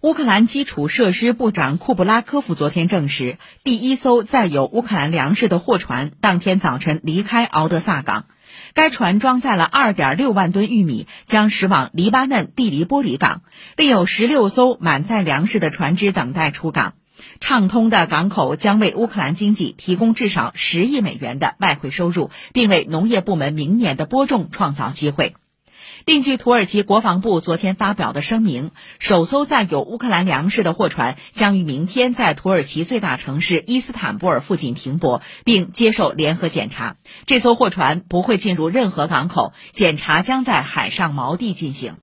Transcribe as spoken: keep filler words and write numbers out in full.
乌克兰基础设施部长库布拉科夫昨天证实，第一艘载有乌克兰粮食的货船当天早晨离开敖德萨港。该船装载了 二点六万吨玉米，将驶往黎巴嫩蒂黎波里港，另有十六艘满载粮食的船只等待出港。畅通的港口将为乌克兰经济提供至少十亿美元的外汇收入，并为农业部门明年的播种创造机会。另据土耳其国防部昨天发表的声明，首艘载有乌克兰粮食的货船将于明天在土耳其最大城市伊斯坦布尔附近停泊，并接受联合检查。这艘货船不会进入任何港口，检查将在海上锚地进行。